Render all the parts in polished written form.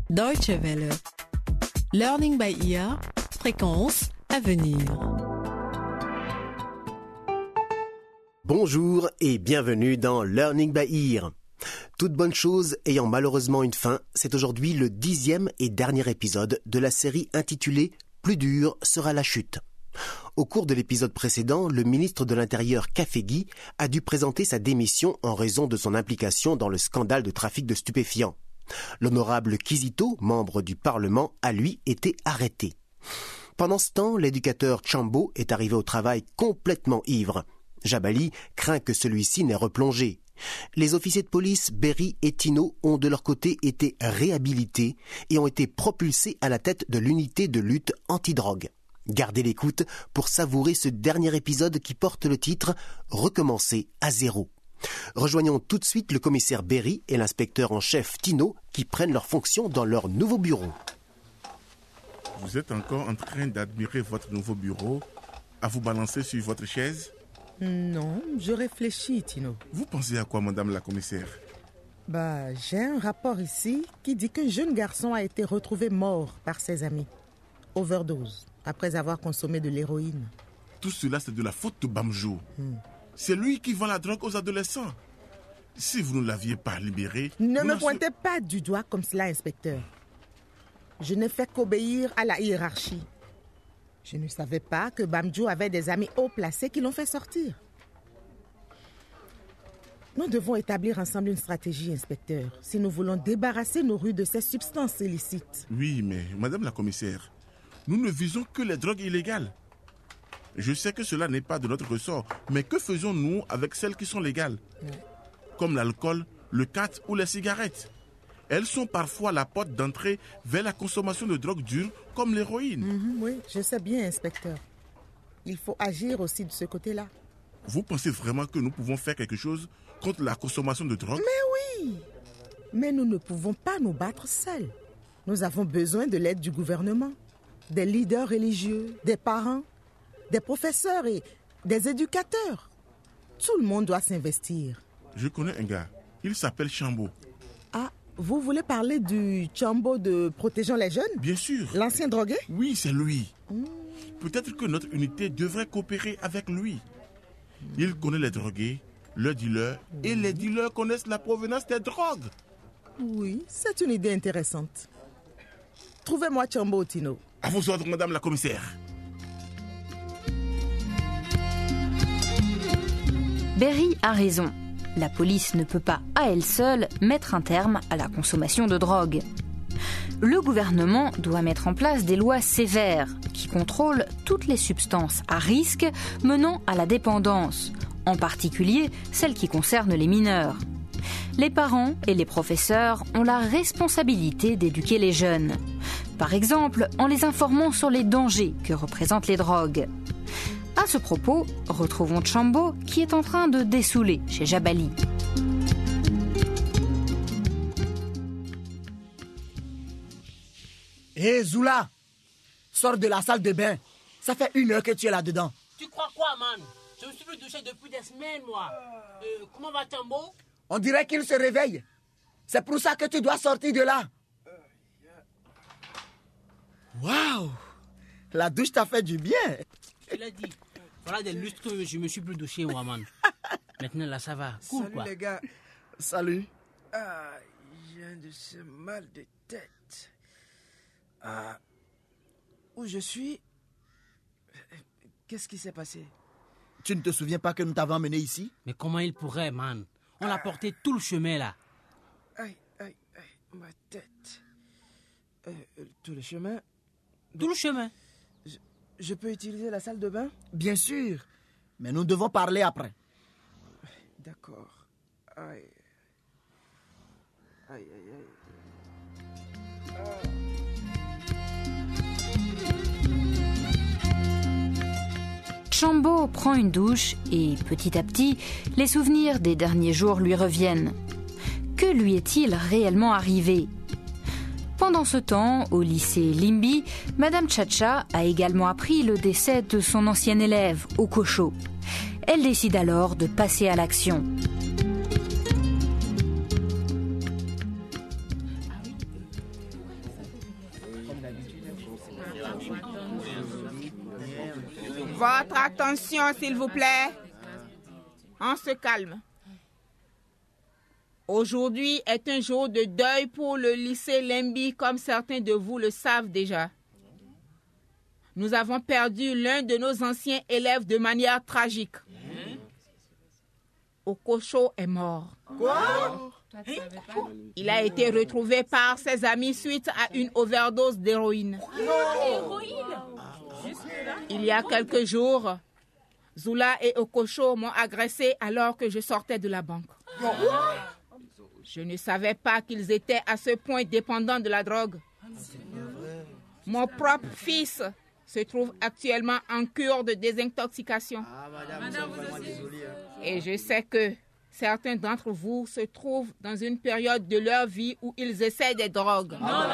Deutsche Welle. Learning by ear. Fréquence à venir. Bonjour et bienvenue dans Learning by ear. Toute bonne chose ayant malheureusement une fin, c'est aujourd'hui le 10e et dernier épisode de la série intitulée « Plus dur sera la chute ». Au cours de l'épisode précédent, le ministre de l'Intérieur Kafegui a dû présenter sa démission en raison de son implication dans le scandale de trafic de stupéfiants. L'honorable Kizito, membre du Parlement, a lui été arrêté. Pendant ce temps, l'éducateur Chambo est arrivé au travail complètement ivre. Jabali craint que celui-ci n'ait replongé. Les officiers de police Berry et Tino ont de leur côté été réhabilités et ont été propulsés à la tête de l'unité de lutte anti-drogue. Gardez l'écoute pour savourer ce dernier épisode qui porte le titre « Recommencer à zéro ». Rejoignons tout de suite le commissaire Berry et l'inspecteur en chef Tino qui prennent leurs fonctions dans leur nouveau bureau. Vous êtes encore en train d'admirer votre nouveau bureau, à vous balancer sur votre chaise? Non, je réfléchis, Tino. Vous pensez à quoi, madame la commissaire? J'ai un rapport ici qui dit qu'un jeune garçon a été retrouvé mort par ses amis. Overdose, après avoir consommé de l'héroïne. Tout cela, c'est de la faute de Bamjo. C'est lui qui vend la drogue aux adolescents. Si vous ne l'aviez pas libéré... Ne me pointez pas du doigt comme cela, inspecteur. Je n'ai fait qu'obéir à la hiérarchie. Je ne savais pas que Bamjo avait des amis haut placés qui l'ont fait sortir. Nous devons établir ensemble une stratégie, inspecteur, si nous voulons débarrasser nos rues de ces substances illicites. Oui, mais madame la commissaire, nous ne visons que les drogues illégales. Je sais que cela n'est pas de notre ressort, mais que faisons-nous avec celles qui sont légales? Comme l'alcool, le khat ou les cigarettes. Elles sont parfois la porte d'entrée vers la consommation de drogues dures comme l'héroïne. Oui, je sais bien, inspecteur. Il faut agir aussi de ce côté-là. Vous pensez vraiment que nous pouvons faire quelque chose contre la consommation de drogue? Mais oui! Mais nous ne pouvons pas nous battre seuls. Nous avons besoin de l'aide du gouvernement, des leaders religieux, des parents, des professeurs et des éducateurs. Tout le monde doit s'investir. Je connais un gars. Il s'appelle Chambo. Ah, vous voulez parler du Chambo de Protégeons les jeunes? Bien sûr. L'ancien drogué? Oui, c'est lui. Peut-être que notre unité devrait coopérer avec lui. Il connaît les drogués, leurs dealers, et les dealers connaissent la provenance des drogues. Oui, c'est une idée intéressante. Trouvez-moi Chambo, Tino. À vos ordres, madame la commissaire. Berry a raison. La police ne peut pas, à elle seule, mettre un terme à la consommation de drogue. Le gouvernement doit mettre en place des lois sévères qui contrôlent toutes les substances à risque menant à la dépendance, en particulier celles qui concernent les mineurs. Les parents et les professeurs ont la responsabilité d'éduquer les jeunes. Par exemple, en les informant sur les dangers que représentent les drogues. À ce propos, retrouvons Chambo qui est en train de dessouler chez Jabali. Hé Zoula, sors de la salle de bain. Ça fait 1 heure que tu es là-dedans. Tu crois quoi, man? Je me suis plus douché depuis des semaines, moi. Comment va Chambo? On dirait qu'il se réveille. C'est pour ça que tu dois sortir de là. Waouh! La douche t'a fait du bien. Je l'ai dit. Voilà des lustres que je me suis plus douché, moi, man. Maintenant, là, ça va. Cool, Salut quoi. les gars. Salut. J'ai un de ce mal de tête. Où je suis? Qu'est-ce qui s'est passé? Tu ne te souviens pas que nous t'avons emmené ici? Mais comment il pourrait, man? On l'a porté tout le chemin, là. Aïe, ma tête. Tout le chemin? Tout le chemin. Je peux utiliser la salle de bain? Bien sûr. Mais nous devons parler après. D'accord. Aïe. Chambo prend une douche et, petit à petit, les souvenirs des derniers jours lui reviennent. Que lui est-il réellement arrivé ? Pendant ce temps, au lycée Limbi, Madame Chacha a également appris le décès de son ancien élève, Okocho. Elle décide alors de passer à l'action. Votre attention, s'il vous plaît. On se calme. Aujourd'hui est un jour de deuil pour le lycée Lembi, comme certains de vous le savent déjà. Nous avons perdu l'un de nos anciens élèves de manière tragique. Okosho est mort. Quoi? Il a été retrouvé par ses amis suite à une overdose d'héroïne. Il y a quelques jours, Zula et Okosho m'ont agressé alors que je sortais de la banque. Je ne savais pas qu'ils étaient à ce point dépendants de la drogue. Mon propre fils se trouve actuellement en cure de désintoxication. Et je sais que certains d'entre vous se trouvent dans une période de leur vie où ils essaient des drogues.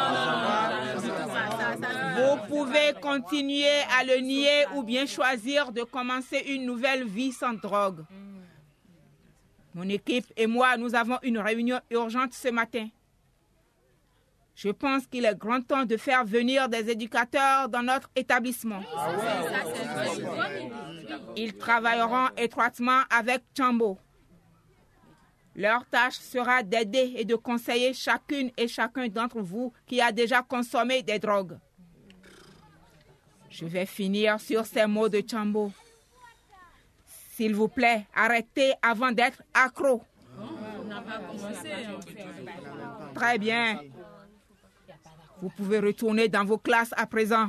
Vous pouvez continuer à le nier ou bien choisir de commencer une nouvelle vie sans drogue. Mon équipe et moi, nous avons une réunion urgente ce matin. Je pense qu'il est grand temps de faire venir des éducateurs dans notre établissement. Ils travailleront étroitement avec Chambo. Leur tâche sera d'aider et de conseiller chacune et chacun d'entre vous qui a déjà consommé des drogues. Je vais finir sur ces mots de Chambo. S'il vous plaît, arrêtez avant d'être accro. Très bien. Vous pouvez retourner dans vos classes à présent.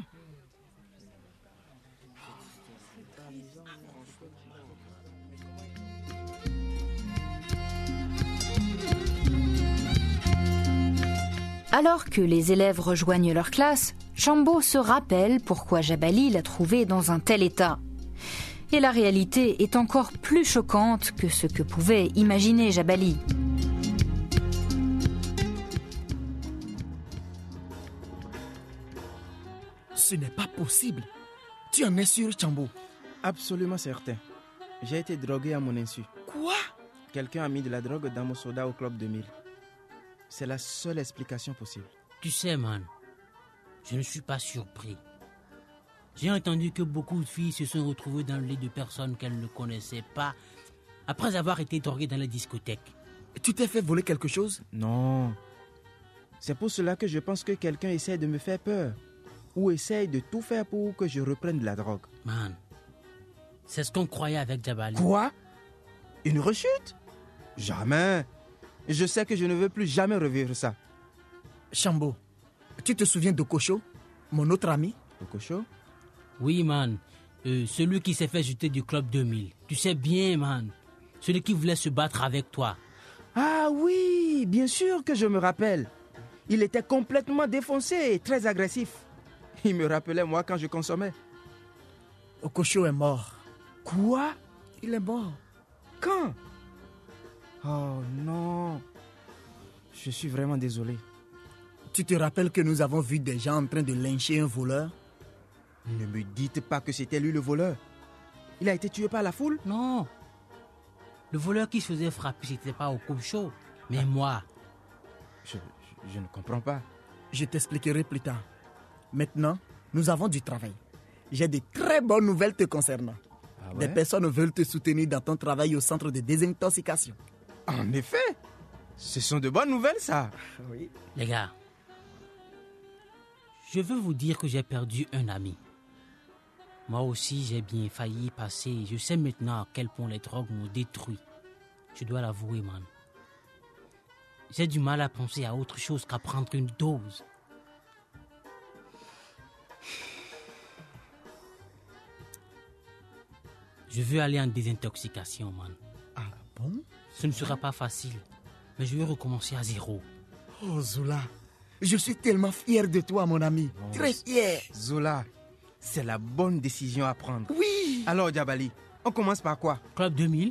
Alors que les élèves rejoignent leur classe, Chambo se rappelle pourquoi Jabali l'a trouvé dans un tel état. Et la réalité est encore plus choquante que ce que pouvait imaginer Jabali. Ce n'est pas possible. Tu en es sûr, Chambo? Absolument certain. J'ai été drogué à mon insu. Quoi? Quelqu'un a mis de la drogue dans mon soda au Club 2000. C'est la seule explication possible. Tu sais, man, je ne suis pas surpris. J'ai entendu que beaucoup de filles se sont retrouvées dans le lit de personnes qu'elles ne connaissaient pas après avoir été droguées dans la discothèque. Tu t'es fait voler quelque chose? Non. C'est pour cela que je pense que quelqu'un essaie de me faire peur. Ou essaye de tout faire pour que je reprenne de la drogue. Man, c'est ce qu'on croyait avec Jabali. Quoi? Une rechute? Jamais. Je sais que je ne veux plus jamais revivre ça. Chambo, tu te souviens d'Okosho, mon autre ami? Okosho? Oui, man. Celui qui s'est fait jeter du Club 2000. Tu sais bien, man. Celui qui voulait se battre avec toi. Ah oui, bien sûr que je me rappelle. Il était complètement défoncé et très agressif. Il me rappelait moi quand je consommais. Okosho est mort. Quoi? Il est mort. Quand? Oh non. Je suis vraiment désolé. Tu te rappelles que nous avons vu des gens en train de lyncher un voleur? Ne me dites pas que c'était lui le voleur. Il a été tué par la foule? Non. Le voleur qui se faisait frapper, c'était pas au coup chaud, mais moi. Je ne comprends pas. Je t'expliquerai plus tard. Maintenant, nous avons du travail. J'ai de très bonnes nouvelles te concernant. Ah ouais? Des personnes veulent te soutenir dans ton travail au centre de désintoxication. En effet, ce sont de bonnes nouvelles, ça. Oui. Les gars, je veux vous dire que j'ai perdu un ami. Moi aussi, j'ai bien failli passer. Je sais maintenant à quel point les drogues m'ont détruit. Je dois l'avouer, man. J'ai du mal à penser à autre chose qu'à prendre une dose. Je veux aller en désintoxication, man. Ah bon? Ce ne sera pas facile, mais je veux recommencer à zéro. Oh Zula, je suis tellement fier de toi, mon ami. Oh, très fier. Zola, c'est la bonne décision à prendre. Oui. Alors, Jabali, on commence par quoi? Club 2000.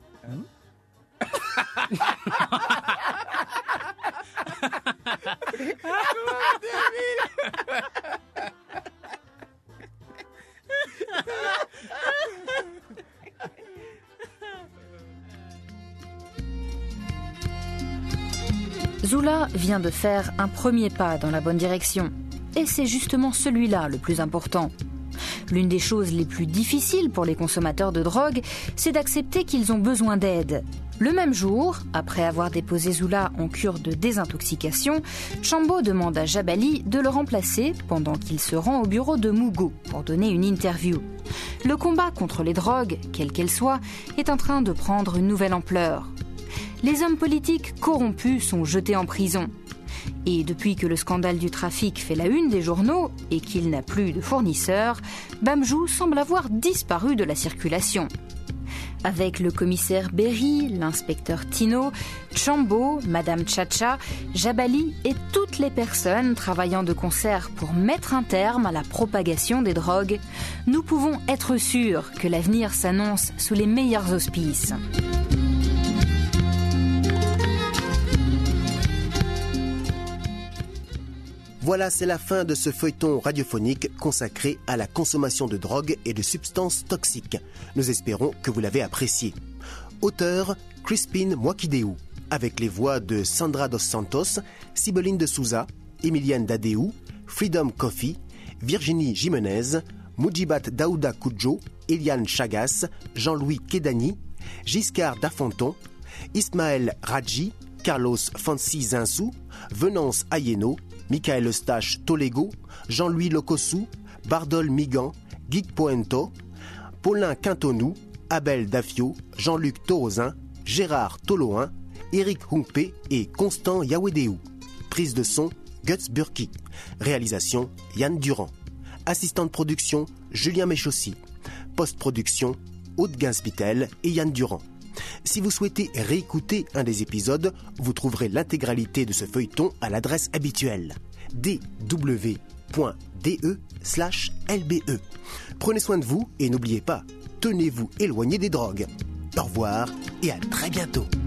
Zula vient de faire un premier pas dans la bonne direction. Et c'est justement celui-là le plus important. L'une des choses les plus difficiles pour les consommateurs de drogue, c'est d'accepter qu'ils ont besoin d'aide. Le même jour, après avoir déposé Zoula en cure de désintoxication, Chambo demande à Jabali de le remplacer pendant qu'il se rend au bureau de Mougo pour donner une interview. Le combat contre les drogues, quelles qu'elles soient, est en train de prendre une nouvelle ampleur. Les hommes politiques corrompus sont jetés en prison. Et depuis que le scandale du trafic fait la une des journaux et qu'il n'a plus de fournisseurs, Bamjou semble avoir disparu de la circulation. Avec le commissaire Berry, l'inspecteur Tino, Chambo, Madame Chacha, Jabali et toutes les personnes travaillant de concert pour mettre un terme à la propagation des drogues, nous pouvons être sûrs que l'avenir s'annonce sous les meilleurs auspices. Voilà, c'est la fin de ce feuilleton radiophonique consacré à la consommation de drogue et de substances toxiques. Nous espérons que vous l'avez apprécié. Auteur, Crispin Mwakideu, avec les voix de Sandra Dos Santos, Sibeline de Souza, Emilienne Dadeu, Freedom Coffee, Virginie Jimenez, Mujibat Daouda Koudjo, Eliane Chagas, Jean-Louis Kedani, Giscard Dafonton, Ismaël Radji, Carlos Fancy Zinsou, Venance Ayeno, Michael Eustache Tolego, Jean-Louis Lokossou, Bardol Migan, Guy Poento, Paulin Quintonou, Abel Dafio, Jean-Luc Torozin, Gérard Toloin, Éric Humpé et Constant Yawedeu. Prise de son, Guts Burki. Réalisation, Yann Durand. Assistant de production, Julien Méchaussy. Post-production, Aude Gainspitel et Yann Durand. Si vous souhaitez réécouter un des épisodes, vous trouverez l'intégralité de ce feuilleton à l'adresse habituelle dw.de/lbe. Prenez soin de vous et n'oubliez pas, tenez-vous éloigné des drogues. Au revoir et à très bientôt.